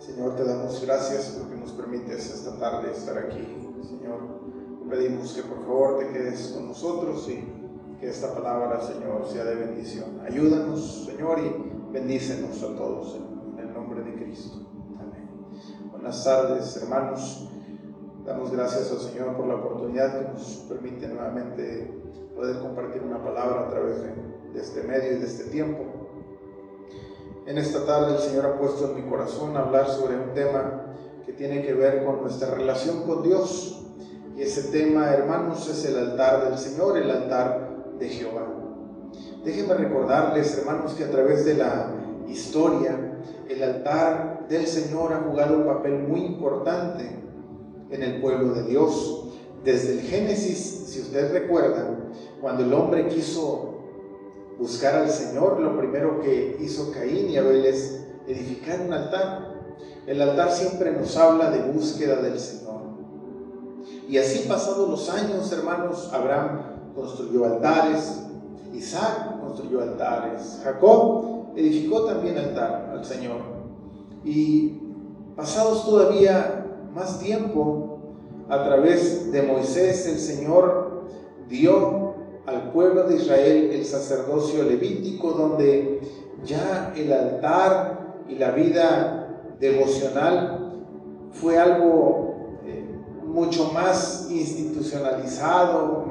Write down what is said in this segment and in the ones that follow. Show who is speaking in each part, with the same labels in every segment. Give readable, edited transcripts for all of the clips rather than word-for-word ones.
Speaker 1: Señor, te damos gracias porque nos permites esta tarde estar aquí. Señor, pedimos que por favor te quedes con nosotros y que esta palabra, Señor, sea de bendición. Ayúdanos, Señor, y bendícenos a todos en el nombre de Cristo. Amén. Buenas tardes, hermanos. Damos gracias al Señor por la oportunidad que nos permite nuevamente poder compartir una palabra a través de este medio y de este tiempo. En esta tarde el Señor ha puesto en mi corazón hablar sobre un tema que tiene que ver con nuestra relación con Dios. Y ese tema, hermanos, es el altar del Señor, el altar de Jehová. Déjenme recordarles, hermanos, que a través de la historia, el altar del Señor ha jugado un papel muy importante en el pueblo de Dios. Desde el Génesis, si ustedes recuerdan, cuando el hombre quiso buscar al Señor, lo primero que hizo Caín y Abel es edificar un altar. El altar siempre nos habla de búsqueda del Señor. Y así pasados los años, hermanos, Abraham construyó altares, Isaac construyó altares, Jacob edificó también altar al Señor. Y pasados todavía más tiempo, a través de Moisés, el Señor dio al pueblo de Israel el sacerdocio levítico, donde ya el altar y la vida devocional fue algo mucho más institucionalizado,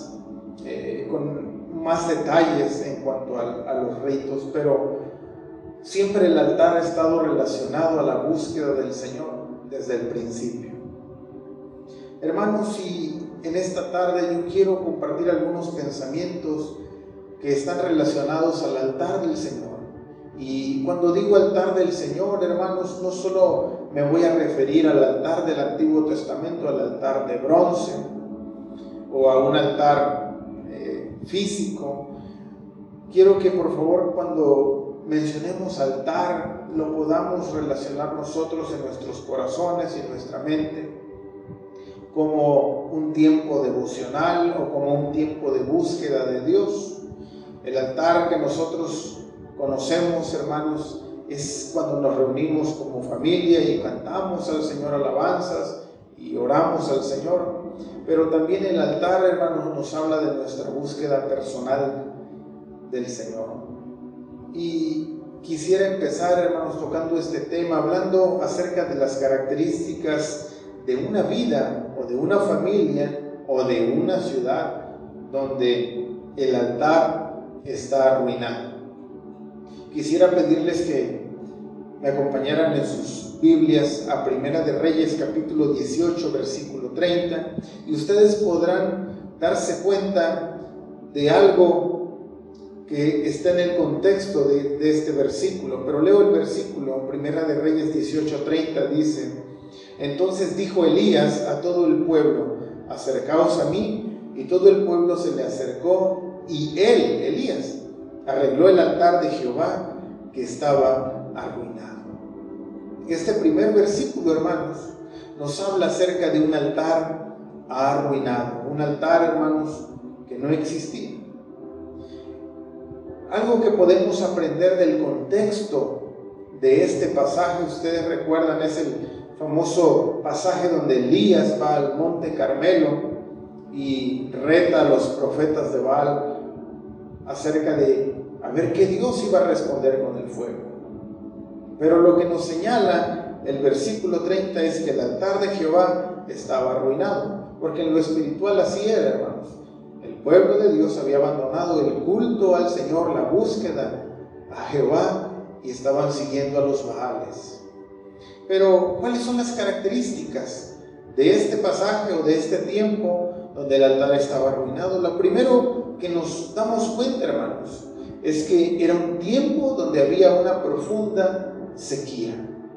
Speaker 1: con más detalles en cuanto a los ritos, pero siempre el altar ha estado relacionado a la búsqueda del Señor desde el principio. Hermanos, y en esta tarde yo quiero compartir algunos pensamientos que están relacionados al altar del Señor. Y cuando digo altar del Señor, hermanos, no solo me voy a referir al altar del Antiguo Testamento, al altar de bronce o a un altar físico. Quiero que por favor cuando mencionemos altar lo podamos relacionar nosotros en nuestros corazones y en nuestra mente como un tiempo devocional o como un tiempo de búsqueda de Dios. El altar que nosotros conocemos, hermanos, es cuando nos reunimos como familia y cantamos al Señor alabanzas y oramos al Señor. Pero también el altar, hermanos, nos habla de nuestra búsqueda personal del Señor. Y quisiera empezar, hermanos, tocando este tema, hablando acerca de las características de una vida o de una familia o de una ciudad donde el altar está arruinado. Quisiera pedirles que me acompañaran en sus Biblias a Primera de Reyes capítulo 18 versículo 30 y ustedes podrán darse cuenta de algo que está en el contexto de este versículo, pero leo el versículo. Primera de Reyes 18:30 dice: Entonces dijo Elías a todo el pueblo: acercaos a mí. Y todo el pueblo se le acercó, y él, Elías, arregló el altar de Jehová que estaba arruinado. Este primer versículo, hermanos, nos habla acerca de un altar arruinado, un altar, hermanos, que no existía. Algo que podemos aprender del contexto de este pasaje, ustedes recuerdan, es el famoso pasaje donde Elías va al monte Carmelo y reta a los profetas de Baal acerca de a ver qué Dios iba a responder con el fuego. Pero lo que nos señala el versículo 30 es que el altar de Jehová estaba arruinado, porque en lo espiritual así era, hermanos. El pueblo de Dios había abandonado el culto al Señor, la búsqueda a Jehová, y estaban siguiendo a los Baales. Pero, ¿cuáles son las características de este pasaje o de este tiempo donde el altar estaba arruinado? Lo primero que nos damos cuenta, hermanos, es que era un tiempo donde había una profunda sequía.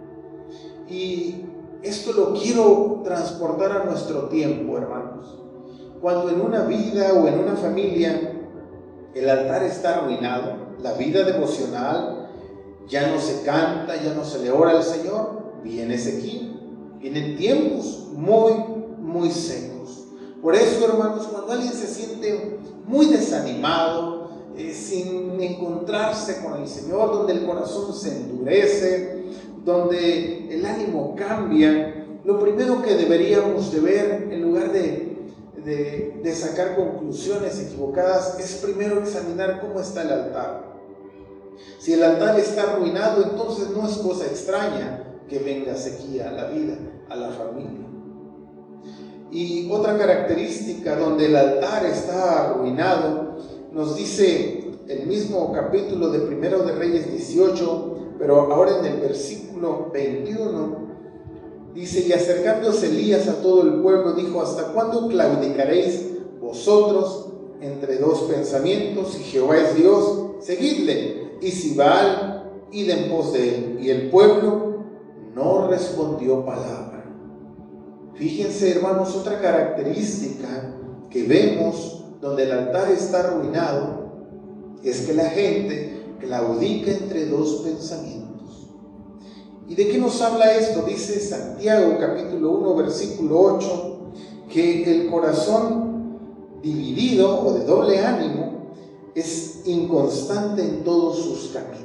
Speaker 1: Y esto lo quiero transportar a nuestro tiempo, hermanos. Cuando en una vida o en una familia el altar está arruinado, la vida devocional, ya no se canta, ya no se le ora al Señor, viene sequía, vienen tiempos muy secos. Por eso, hermanos, cuando alguien se siente muy desanimado, sin encontrarse con el Señor, donde el corazón se endurece, donde el ánimo cambia, lo primero que deberíamos de ver, en lugar de sacar conclusiones equivocadas, es primero examinar cómo está el altar. Si el altar está arruinado, entonces no es cosa extraña que venga sequía a la vida, a la familia. Y otra característica donde el altar está arruinado, nos dice el mismo capítulo de Primero de Reyes 18, pero ahora en el versículo 21, dice: y acercándose Elías a todo el pueblo, dijo: ¿hasta cuándo claudicaréis vosotros entre dos pensamientos? Si Jehová es Dios, seguidle, y si Baal, id en pos de él. Y el pueblo no respondió palabra. Fíjense, hermanos, otra característica que vemos donde el altar está arruinado es que la gente claudica entre dos pensamientos. ¿Y de qué nos habla esto? Dice Santiago capítulo 1 versículo 8 que el corazón dividido o de doble ánimo es inconstante en todos sus caminos.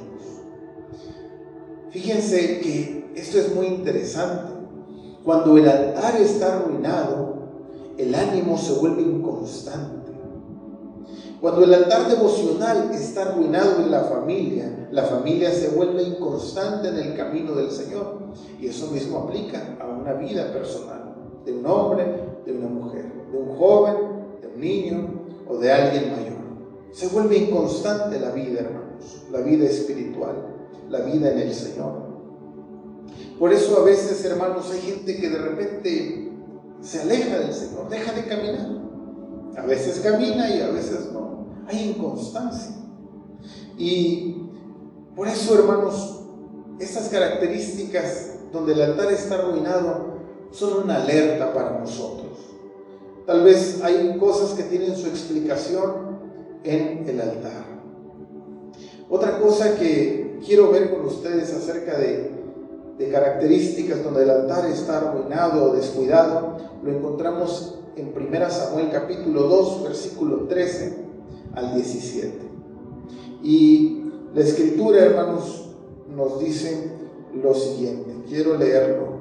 Speaker 1: Fíjense que esto es muy interesante. Cuando el altar está arruinado, el ánimo se vuelve inconstante. Cuando el altar devocional está arruinado en la familia se vuelve inconstante en el camino del Señor. Y eso mismo aplica a una vida personal, de un hombre, de una mujer, de un joven, de un niño o de alguien mayor. Se vuelve inconstante la vida, hermanos, la vida espiritual, la vida en el Señor. Por eso a veces, hermanos, hay gente que de repente se aleja del Señor, deja de caminar. A veces camina y a veces no. Hay inconstancia. Y por eso, hermanos, estas características donde el altar está arruinado son una alerta para nosotros. Tal vez hay cosas que tienen su explicación en el altar. Otra cosa que quiero ver con ustedes acerca de características donde el altar está arruinado o descuidado, lo encontramos en 1 Samuel capítulo 2, versículo 13 al 17. Y la escritura, hermanos, nos dice lo siguiente. Quiero leerlo.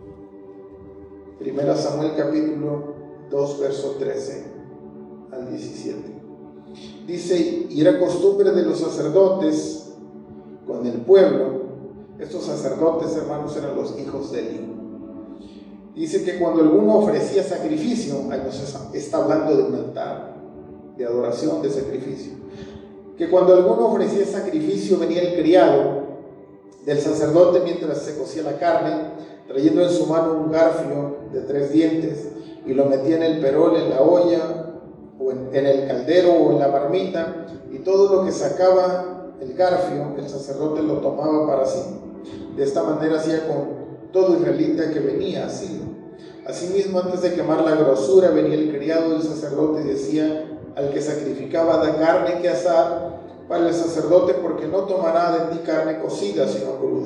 Speaker 1: 1 Samuel capítulo 2, verso 13 al 17. Dice: y era costumbre de los sacerdotes con el pueblo. Estos sacerdotes, hermanos, eran los hijos de Elí. Dice que cuando alguno ofrecía sacrificio, ahí nos está hablando de un altar de adoración, de sacrificio, que cuando alguno ofrecía sacrificio venía el criado del sacerdote mientras se cocía la carne, trayendo en su mano un garfio de 3 dientes, y lo metía en el perol, en la olla, o en el caldero o en la marmita, y todo lo que sacaba el garfio, el sacerdote lo tomaba para sí. De esta manera hacía con todo israelita que venía así. Asimismo, antes de quemar la grosura, venía el criado del sacerdote y decía al que sacrificaba: da carne que asar para el sacerdote, porque no tomará de ti carne cocida, sino cruda.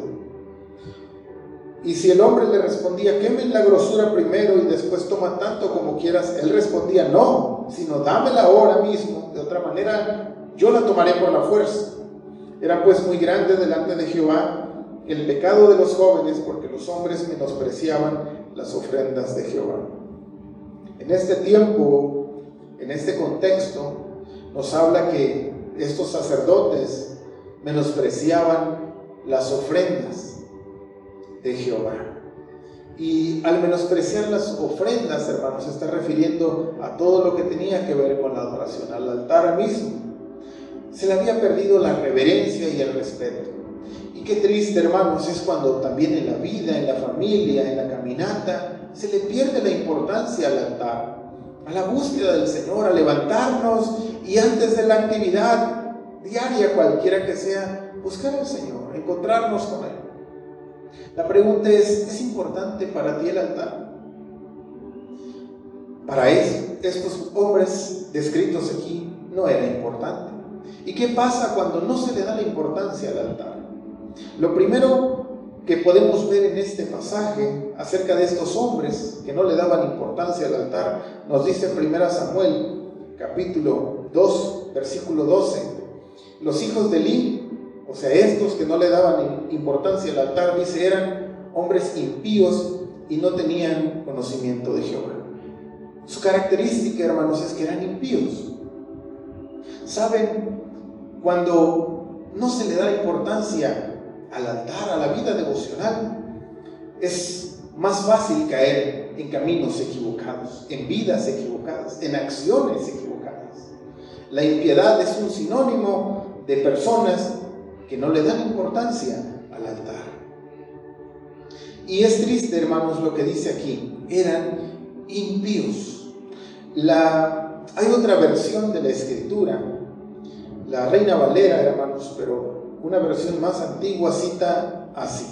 Speaker 1: Y si el hombre le respondía: quemen la grosura primero y después toma tanto como quieras, él respondía: no, sino dámela ahora mismo, de otra manera yo la tomaré por la fuerza. Era pues muy grande delante de Jehová el pecado de los jóvenes, porque los hombres menospreciaban las ofrendas de Jehová. En este tiempo, en este contexto, nos habla que estos sacerdotes menospreciaban las ofrendas de Jehová. Y al menospreciar las ofrendas, hermanos, se está refiriendo a todo lo que tenía que ver con la adoración, al altar mismo. Se le había perdido la reverencia y el respeto. Y qué triste, hermanos, es cuando también en la vida, en la familia, en la caminata, se le pierde la importancia al altar, a la búsqueda del Señor, a levantarnos y antes de la actividad diaria, cualquiera que sea, buscar al Señor, encontrarnos con Él. La pregunta ¿es importante para ti el altar? Para estos hombres descritos aquí no era importante. ¿Y qué pasa cuando no se le da la importancia al altar? Lo primero que podemos ver en este pasaje acerca de estos hombres que no le daban importancia al altar, nos dice 1 Samuel capítulo 2 versículo 12: los hijos de Elí, o sea, estos que no le daban importancia al altar, dice, eran hombres impíos y no tenían conocimiento de Jehová. Su característica, hermanos, es que eran impíos. ¿Saben? Cuando no se le da importancia al altar, a la vida devocional, es más fácil caer en caminos equivocados, en vidas equivocadas, en acciones equivocadas. La impiedad es un sinónimo de personas que no le dan importancia al altar. Y es triste, hermanos, lo que dice aquí. Eran impíos. Hay otra versión de la Escritura, la Reina Valera, hermanos, pero una versión más antigua cita así: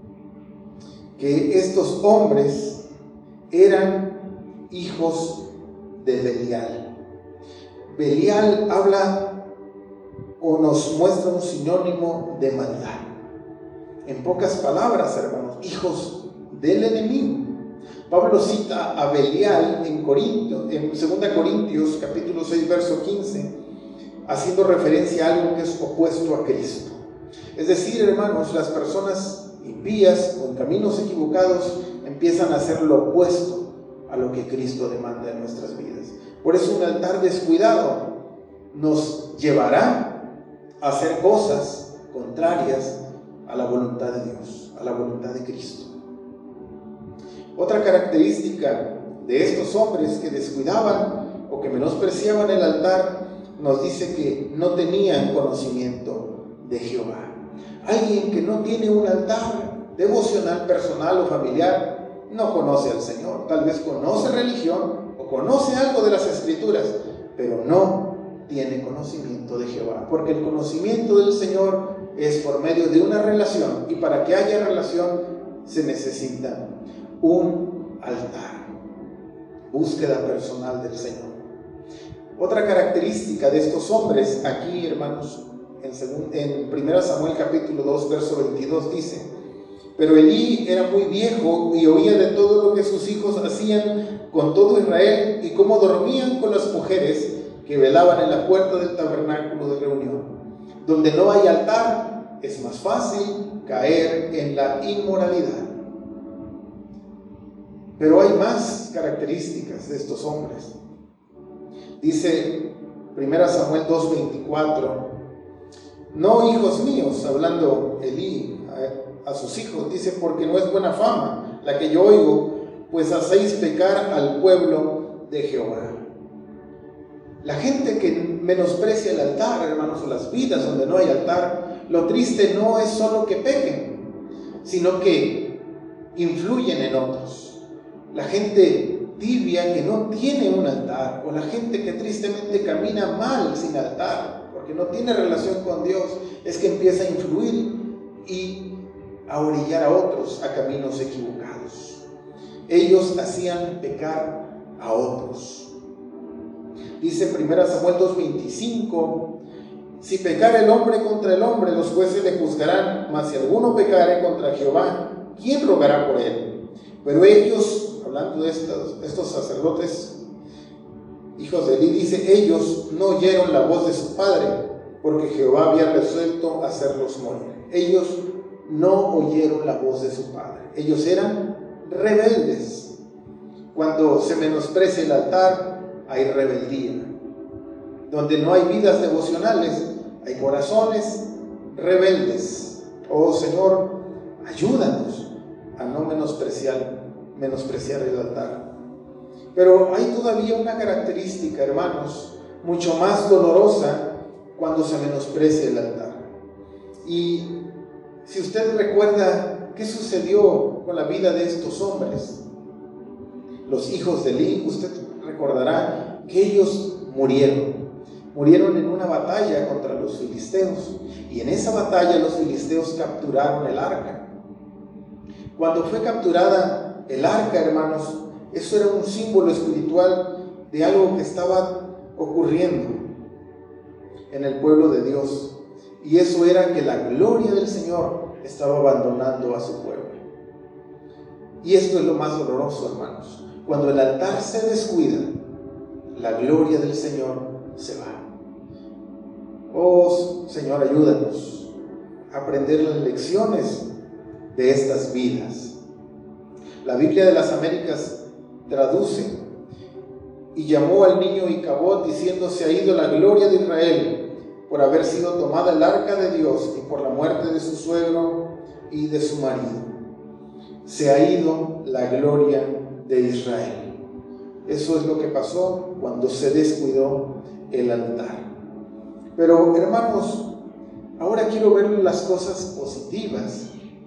Speaker 1: que estos hombres eran hijos de Belial. Belial habla o nos muestra un sinónimo de maldad. En pocas palabras, hermanos, hijos del enemigo. Pablo cita a Belial en 2 Corintios capítulo 6, verso 15, haciendo referencia a algo que es opuesto a Cristo. Es decir, hermanos, las personas impías o en caminos equivocados empiezan a hacer lo opuesto a lo que Cristo demanda en nuestras vidas. Por eso un altar descuidado nos llevará a hacer cosas contrarias a la voluntad de Dios, a la voluntad de Cristo. Otra característica de estos hombres que descuidaban o que menospreciaban el altar, nos dice que no tenían conocimiento de Jehová. Alguien que no tiene un altar devocional, personal o familiar, no conoce al Señor. Tal vez conoce religión o conoce algo de las Escrituras, pero no tiene conocimiento de Jehová, porque el conocimiento del Señor es por medio de una relación, y para que haya relación se necesita un altar, búsqueda personal del Señor. Otra característica de estos hombres aquí, hermanos, en 1 Samuel capítulo 2, verso 22 dice: pero Elí era muy viejo y oía de todo lo que sus hijos hacían con todo Israel y cómo dormían con las mujeres que velaban en la puerta del tabernáculo de reunión. Donde no hay altar, es más fácil caer en la inmoralidad. Pero hay más características de estos hombres. Dice 1 Samuel 2:24: no, hijos míos, hablando Elí a sus hijos, dice, porque no es buena fama la que yo oigo, pues hacéis pecar al pueblo de Jehová. La gente que menosprecia el altar, hermanos, o las vidas donde no hay altar, lo triste no es solo que pequen, sino que influyen en otros. La gente tibia que no tiene un altar, o la gente que tristemente camina mal sin altar, porque no tiene relación con Dios, es que empieza a influir y a orillar a otros a caminos equivocados. Ellos hacían pecar a otros. Dice 1 Samuel 2:25: si pecare el hombre contra el hombre, los jueces le juzgarán, mas si alguno pecare contra Jehová, ¿quién rogará por él? Pero ellos, hablando de estos sacerdotes, hijos de Elí, dice, ellos no oyeron la voz de su padre, porque Jehová había resuelto hacerlos morir. Ellos no oyeron la voz de su padre. Ellos eran rebeldes. Cuando se menosprecia el altar, hay rebeldía. Donde no hay vidas devocionales, hay corazones rebeldes. Oh Señor, ayúdanos a no menospreciar el altar. Pero hay todavía una característica, hermanos, mucho más dolorosa cuando se menosprecia el altar. Y si usted recuerda qué sucedió con la vida de estos hombres, los hijos de Elí, usted recordará que ellos murieron en una batalla contra los filisteos, y en esa batalla los filisteos capturaron el arca. Cuando fue capturada el arca, hermanos, eso era un símbolo espiritual de algo que estaba ocurriendo en el pueblo de Dios, y eso era que la gloria del Señor estaba abandonando a su pueblo. Y esto es lo más doloroso, hermanos. Cuando el altar se descuida, la gloria del Señor se va. Oh Señor, ayúdanos aprender las lecciones de estas vidas. La Biblia de las Américas traduce: y llamó al niño Icabod, diciendo: se ha ido la gloria de Israel, por haber sido tomada el arca de Dios, y por la muerte de su suegro y de su marido. Se ha ido la gloria de Israel. Eso es lo que pasó cuando se descuidó el altar. Pero, hermanos, ahora quiero ver las cosas positivas.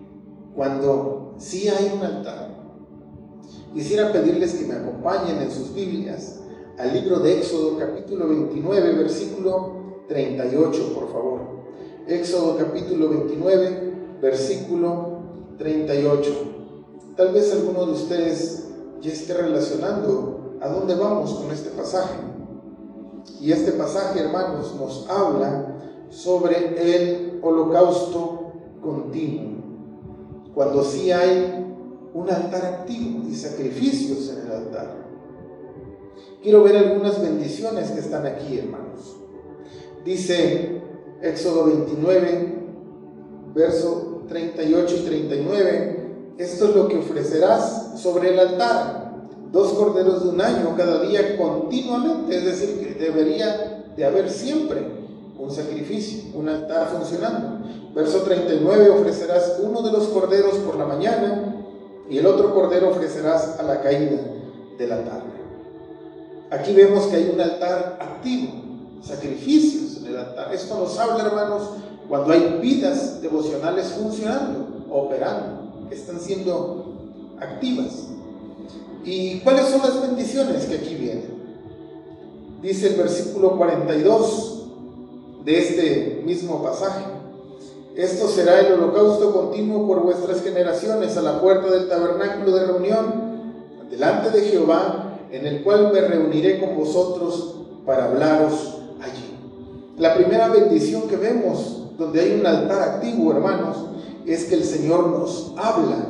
Speaker 1: Cuando sí hay un altar, quisiera pedirles que me acompañen en sus Biblias al libro de Éxodo capítulo 29, versículo 38, por favor. Éxodo capítulo 29, versículo 38. Tal vez alguno de ustedes ya esté relacionando a dónde vamos con este pasaje. Y este pasaje, hermanos, nos habla sobre el holocausto continuo. Cuando sí hay un altar activo y sacrificios en el altar. Quiero ver algunas bendiciones que están aquí, hermanos. Dice Éxodo 29, verso 38 y 39: esto es lo que ofrecerás sobre el altar: 2 corderos de un año cada día continuamente. Es decir, que debería de haber siempre un sacrificio, un altar funcionando. Verso 39: ofrecerás uno de los corderos por la mañana, y el otro cordero ofrecerás a la caída de la tarde. Aquí vemos que hay un altar activo, sacrificios en el altar. Esto nos habla, hermanos, cuando hay vidas devocionales funcionando, operando, que están siendo activas. ¿Y cuáles son las bendiciones que aquí vienen? Dice el versículo 42 de este mismo pasaje: esto será el holocausto continuo por vuestras generaciones a la puerta del tabernáculo de reunión, delante de Jehová, en el cual me reuniré con vosotros para hablaros allí. La primera bendición que vemos donde hay un altar activo, hermanos, es que el Señor nos habla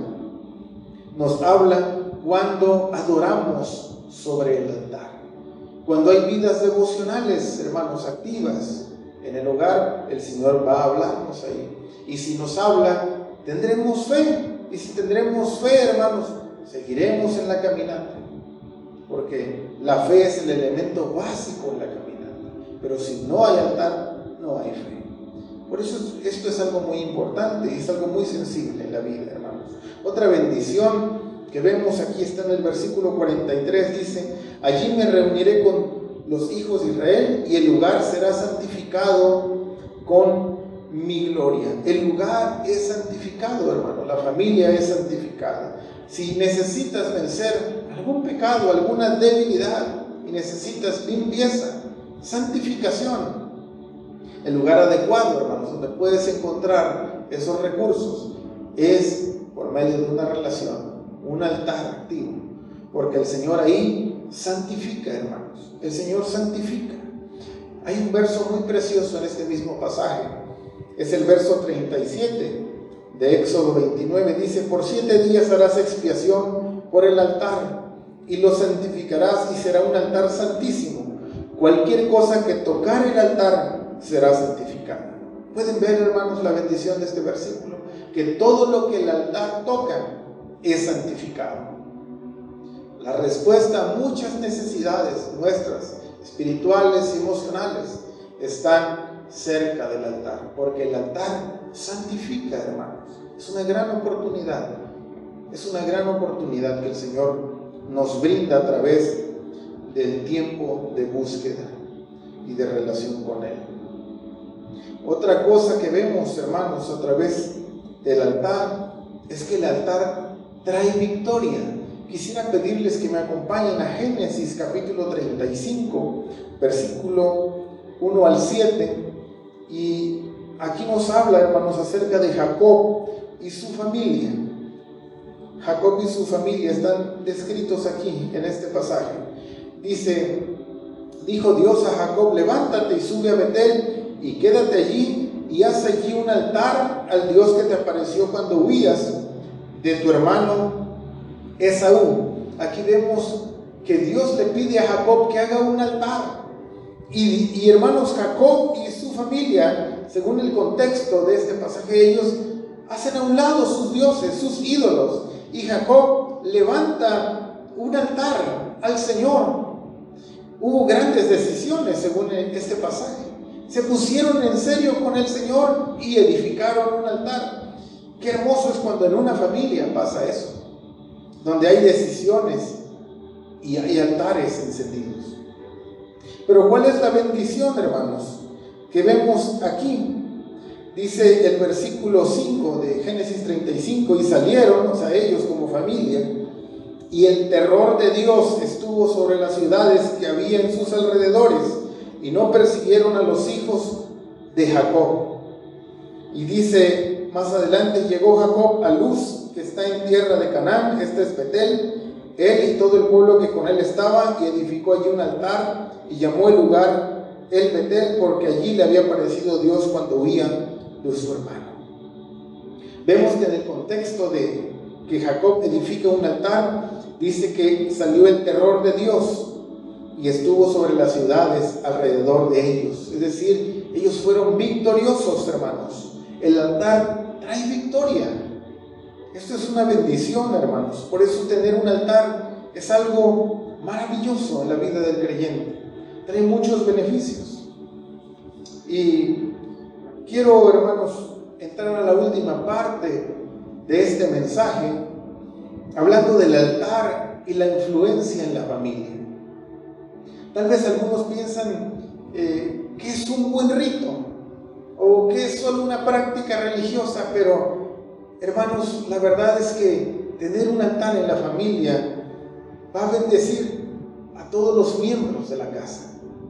Speaker 1: cuando adoramos sobre el altar. Cuando hay vidas devocionales, hermanos, activas en el hogar, el Señor va a hablarnos ahí. Y si nos habla, tendremos fe. Y si tendremos fe, hermanos, seguiremos en la caminata. Porque la fe es el elemento básico en la caminata. Pero si no hay altar, no hay fe. Por eso esto es algo muy importante y es algo muy sensible en la vida, hermanos. Otra bendición que vemos aquí está en el versículo 43, dice: allí me reuniré con los hijos de Israel y el lugar será santificado con mi gloria. El lugar es santificado, hermano, la familia es santificada. Si necesitas vencer algún pecado, alguna debilidad y necesitas limpieza, santificación, el lugar adecuado, hermanos, donde puedes encontrar esos recursos es por medio de una relación, un altar activo, porque el Señor ahí santifica, hermanos. El Señor santifica. Hay un verso muy precioso en este mismo pasaje. Es el verso 37 de Éxodo 29. Dice: por 7 días harás expiación por el altar y lo santificarás, y será un altar santísimo. Cualquier cosa que tocar el altar será santificada. Pueden ver, hermanos, la bendición de este versículo, que todo lo que el altar toca es santificado. La respuesta a muchas necesidades nuestras, espirituales y emocionales, están cerca del altar, porque el altar santifica, hermanos. Es una gran oportunidad, que el Señor nos brinda a través del tiempo de búsqueda y de relación con Él. Otra cosa que vemos, hermanos, a través del altar, es que el altar trae victoria. Quisiera pedirles que me acompañen a Génesis capítulo 35, versículo 1 al 7. Y aquí nos habla, hermanos, acerca de Jacob y su familia. Jacob y su familia están descritos aquí en este pasaje. Dice: dijo Dios a Jacob: levántate y sube a Betel y quédate allí y haz allí un altar al Dios que te apareció cuando huías de tu hermano Esaú. Aquí vemos que Dios le pide a Jacob que haga un altar. Y hermanos, Jacob y su familia, según el contexto de este pasaje, ellos hacen a un lado sus dioses, sus ídolos, y Jacob levanta un altar al Señor. Hubo grandes decisiones según este pasaje. Se pusieron en serio con el Señor y edificaron un altar. Qué hermoso es cuando en una familia pasa eso, donde hay decisiones y hay altares encendidos. Pero ¿cuál es la bendición, hermanos, que vemos aquí? Dice el versículo 5 de Génesis 35, y salieron, o sea, ellos como familia, y el terror de Dios estuvo sobre las ciudades que había en sus alrededores, y no persiguieron a los hijos de Jacob. Y dice más adelante, llegó Jacob a Luz, que está en tierra de Canaán, este es Betel, él y todo el pueblo que con él estaba, y edificó allí un altar, y llamó el lugar el Betel, porque allí le había aparecido Dios cuando huía de su hermano. Vemos que en el contexto de que Jacob edifica un altar, dice que salió el terror de Dios y estuvo sobre las ciudades alrededor de ellos. Es decir, ellos fueron victoriosos, hermanos. El altar trae victoria. Esto es una bendición, hermanos. Por eso tener un altar es algo maravilloso en la vida del creyente. Trae muchos beneficios. Y quiero, hermanos, entrar a la última parte de este mensaje, hablando del altar y la influencia en la familia. Tal vez algunos piensan que es un buen rito o que es solo una práctica religiosa, pero hermanos, la verdad es que tener un altar en la familia va a bendecir a todos los miembros de la casa,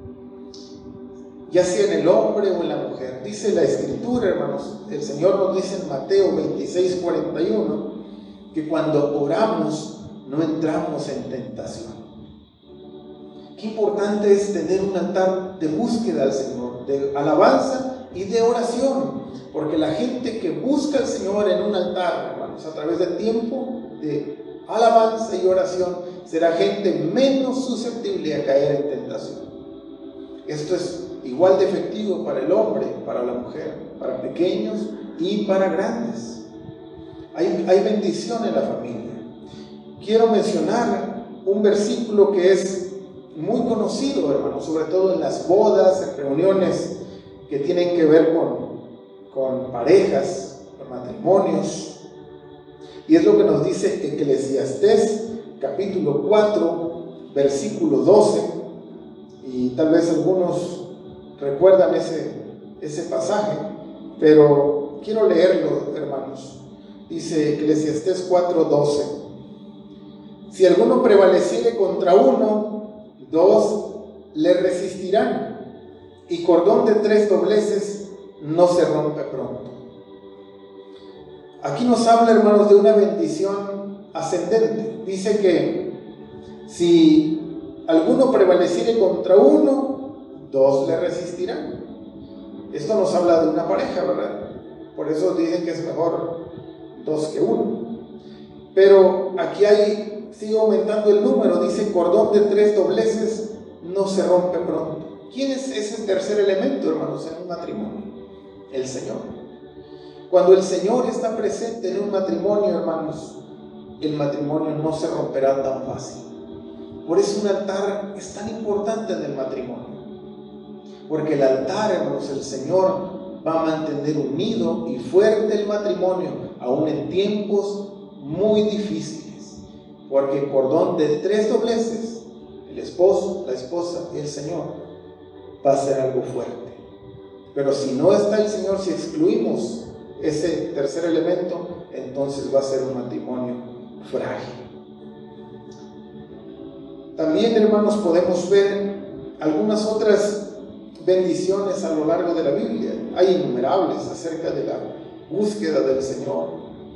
Speaker 1: ya sea en el hombre o en la mujer. Dice la Escritura, hermanos, el Señor nos dice en Mateo 26:41, que cuando oramos no entramos en tentación. Qué importante es tener un altar de búsqueda al Señor, de alabanza y de oración, porque la gente que busca al Señor en un altar, hermanos, a través del tiempo de alabanza y oración, será gente menos susceptible a caer en tentación. Esto es igual de efectivo para el hombre, para la mujer, para pequeños y para grandes. Hay bendición en la familia. Quiero mencionar un versículo que es muy conocido, hermanos, sobre todo en las bodas, en reuniones que tienen que ver con parejas, con matrimonios. Y es lo que nos dice Eclesiastés, capítulo 4, versículo 12. Y tal vez algunos recuerdan ese pasaje, pero quiero leerlo, hermanos. Dice Eclesiastés 4:12: si alguno prevaleciere contra uno, dos le resistirán, y cordón de 3 dobleces no se rompe pronto. Aquí nos habla, hermanos, de una bendición ascendente. Dice que si alguno prevaleciere contra uno, 2 le resistirán. Esto nos habla de una pareja, ¿verdad? Por eso dicen que es mejor 2 que 1. Pero aquí sigue aumentando el número. Dice cordón de 3 dobleces no se rompe pronto. ¿Quién es ese tercer elemento, hermanos, en un matrimonio? El Señor. Cuando el Señor está presente en un matrimonio, hermanos, el matrimonio no se romperá tan fácil. Por eso un altar es tan importante en el matrimonio. Porque el altar, hermanos, el Señor va a mantener unido y fuerte el matrimonio, aún en tiempos muy difíciles. Porque el cordón de 3 dobleces, el esposo, la esposa y el Señor, va a ser algo fuerte. Pero si no está el Señor, si excluimos ese tercer elemento, entonces va a ser un matrimonio frágil. También, hermanos, podemos ver algunas otras bendiciones a lo largo de la Biblia. Hay innumerables acerca de la búsqueda del Señor.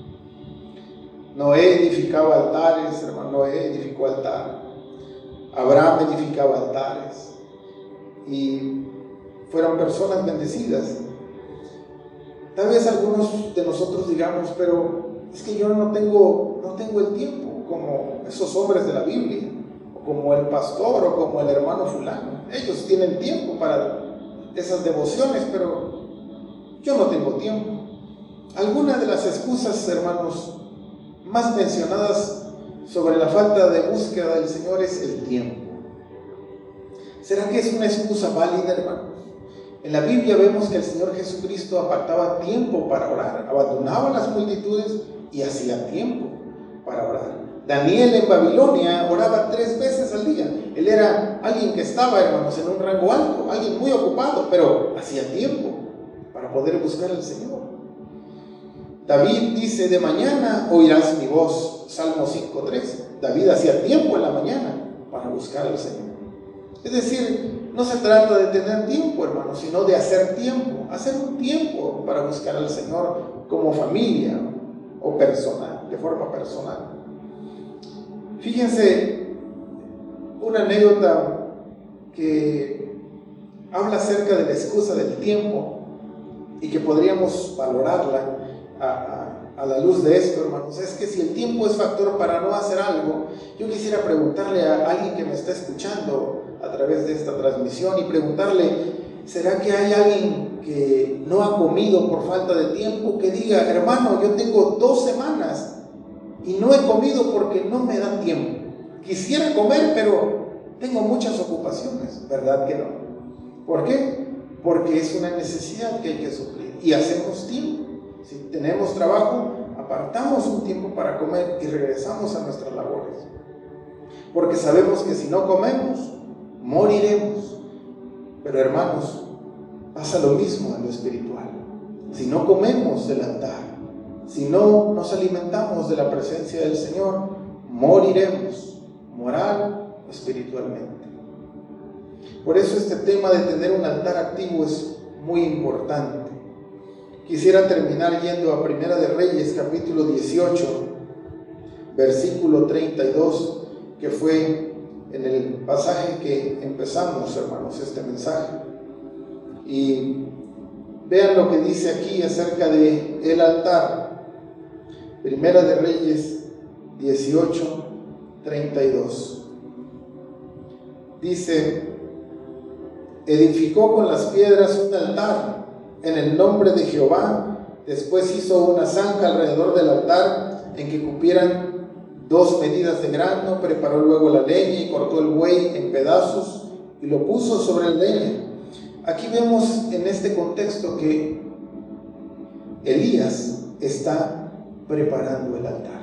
Speaker 1: Noé edificaba altares, hermano. Noé edificó altar. Abraham edificaba altares. Y fueron personas bendecidas. Tal vez algunos de nosotros digamos, pero es que yo no tengo el tiempo como esos hombres de la Biblia, o como el pastor, o como el hermano fulano. Ellos tienen tiempo para esas devociones, pero yo no tengo tiempo. Algunas de las excusas, hermanos, más mencionadas sobre la falta de búsqueda del Señor es el tiempo. ¿Será que es una excusa válida, hermanos? En la Biblia vemos que el Señor Jesucristo apartaba tiempo para orar, abandonaba las multitudes y hacía tiempo para orar. Daniel en Babilonia oraba 3 veces al día. Él era alguien que estaba, hermanos, en un rango alto, alguien muy ocupado, pero hacía tiempo para poder buscar al Señor. David dice: de mañana oirás mi voz, Salmo 5:3. David hacía tiempo en la mañana para buscar al Señor. Es decir, no se trata de tener tiempo, hermanos, sino de hacer tiempo, hacer un tiempo para buscar al Señor como familia o personal, de forma personal. Fíjense una anécdota que habla acerca de la excusa del tiempo y que podríamos valorarla a la luz de esto, hermanos. Es que si el tiempo es factor para no hacer algo, yo quisiera preguntarle a alguien que me está escuchando a través de esta transmisión y preguntarle: ¿será que hay alguien que no ha comido por falta de tiempo? Que diga: hermano, yo tengo 2 semanas y no he comido porque no me da tiempo. Quisiera comer, pero tengo muchas ocupaciones. ¿Verdad que no? ¿Por qué? Porque es una necesidad que hay que suplir y hacemos tiempo. Si tenemos trabajo, apartamos un tiempo para comer y regresamos a nuestras labores. Porque sabemos que si no comemos, moriremos. Pero, hermanos, pasa lo mismo en lo espiritual. Si no comemos del altar, si no nos alimentamos de la presencia del Señor, moriremos, moral o espiritualmente. Por eso este tema de tener un altar activo es muy importante. Quisiera terminar yendo a Primera de Reyes, capítulo 18, versículo 32, que fue en el pasaje que empezamos, hermanos, este mensaje. Y vean lo que dice aquí acerca de el altar. Primera de Reyes 18, 32. Dice: edificó con las piedras un altar en el nombre de Jehová. Después hizo una zanja alrededor del altar en que cupieran 2 medidas de grano. Preparó luego la leña y cortó el buey en pedazos y lo puso sobre la leña. Aquí vemos en este contexto que Elías está preparando el altar,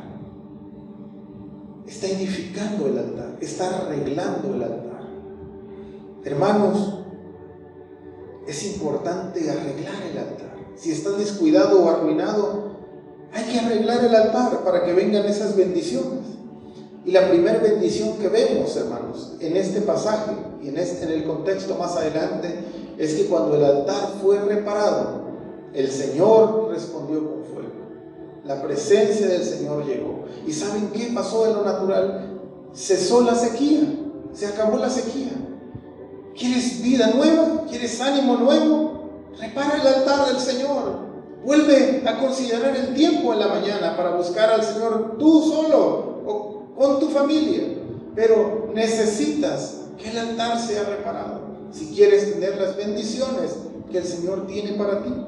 Speaker 1: está edificando el altar, está arreglando el altar. Hermanos, es importante arreglar el altar. Si está descuidado o arruinado, hay que arreglar el altar para que vengan esas bendiciones. Y la primera bendición que vemos, hermanos, en este pasaje y en el contexto más adelante, es que cuando el altar fue reparado, el Señor respondió con fuego. La presencia del Señor llegó. ¿Y saben qué pasó en lo natural? Cesó la sequía, se acabó la sequía. ¿Quieres vida nueva? ¿Quieres ánimo nuevo? Repara el altar del Señor. Vuelve a considerar el tiempo en la mañana para buscar al Señor tú solo o con tu familia. Pero necesitas que el altar sea reparado si quieres tener las bendiciones que el Señor tiene para ti.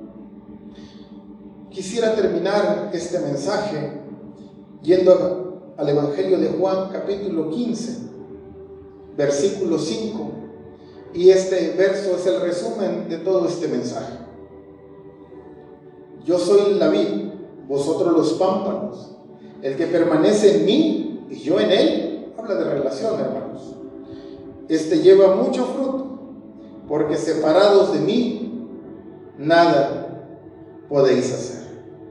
Speaker 1: Quisiera terminar este mensaje yendo al Evangelio de Juan, capítulo 15, versículo 5. Y este verso es el resumen de todo este mensaje. Yo soy la vid, vosotros los pámpanos. El que permanece en mí y yo en él, habla de relación, hermanos, este lleva mucho fruto, porque separados de mí, nada podéis hacer.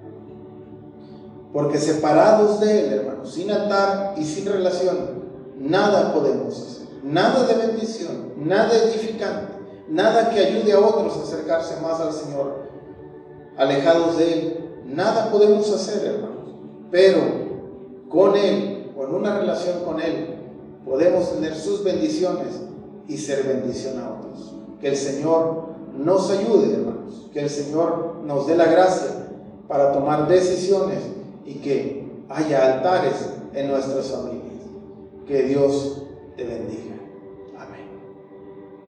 Speaker 1: Porque separados de él, hermanos, sin altar y sin relación, nada podemos hacer. Nada de bendición, nada edificante, nada que ayude a otros a acercarse más al Señor. Alejados de él, nada podemos hacer, hermanos. Pero con él, con una relación con él, podemos tener sus bendiciones y ser bendición a otros. Que el Señor nos ayude, hermanos. Que el Señor nos dé la gracia para tomar decisiones y que haya altares en nuestras familias. Que Dios te bendiga.